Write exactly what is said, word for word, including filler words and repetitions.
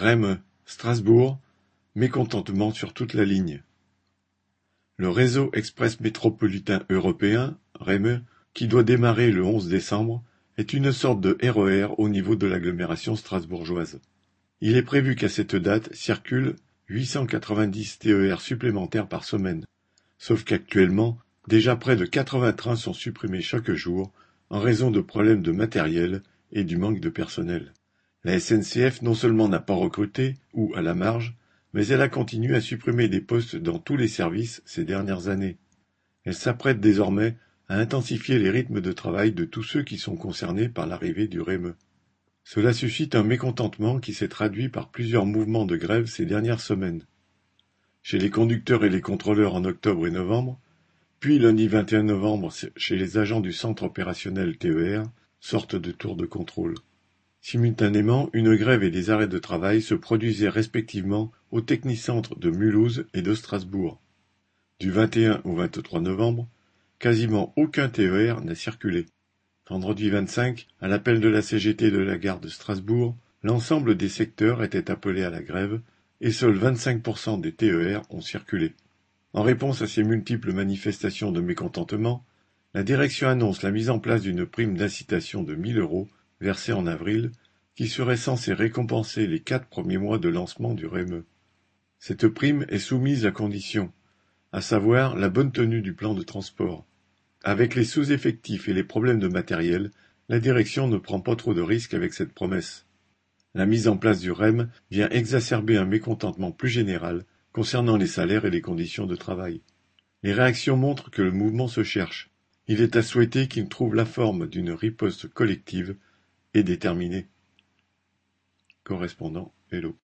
Reims - Strasbourg, mécontentement sur toute la ligne. Le réseau express métropolitain européen, R E M E, qui doit démarrer le onze décembre, est une sorte de R E R au niveau de l'agglomération strasbourgeoise. Il est prévu qu'à cette date circulent huit cent quatre-vingt-dix T E R supplémentaires par semaine, sauf qu'actuellement, déjà près de quatre-vingts trains sont supprimés chaque jour en raison de problèmes de matériel et du manque de personnel. La S N C F non seulement n'a pas recruté, ou à la marge, mais elle a continué à supprimer des postes dans tous les services ces dernières années. Elle s'apprête désormais à intensifier les rythmes de travail de tous ceux qui sont concernés par l'arrivée du R E M E. Cela suscite un mécontentement qui s'est traduit par plusieurs mouvements de grève ces dernières semaines. Chez les conducteurs et les contrôleurs en octobre et novembre, puis lundi vingt et un novembre chez les agents du centre opérationnel T E R, sorte de tour de contrôle. Simultanément, une grève et des arrêts de travail se produisaient respectivement au technicentre de Mulhouse et de Strasbourg. Du vingt et un au vingt-trois novembre, quasiment aucun T E R n'a circulé. Vendredi vingt-cinq, à l'appel de la C G T de la gare de Strasbourg, l'ensemble des secteurs étaient appelés à la grève et seuls vingt-cinq pour cent des T E R ont circulé. En réponse à ces multiples manifestations de mécontentement, la direction annonce la mise en place d'une prime d'incitation de mille euros versée en avril, qui serait censée récompenser les quatre premiers mois de lancement du R E M E. Cette prime est soumise à condition, à savoir la bonne tenue du plan de transport. Avec les sous-effectifs et les problèmes de matériel, la direction ne prend pas trop de risques avec cette promesse. La mise en place du R E M vient exacerber un mécontentement plus général concernant les salaires et les conditions de travail. Les réactions montrent que le mouvement se cherche. Il est à souhaiter qu'il trouve la forme d'une riposte collective et déterminée. Correspondant Hello.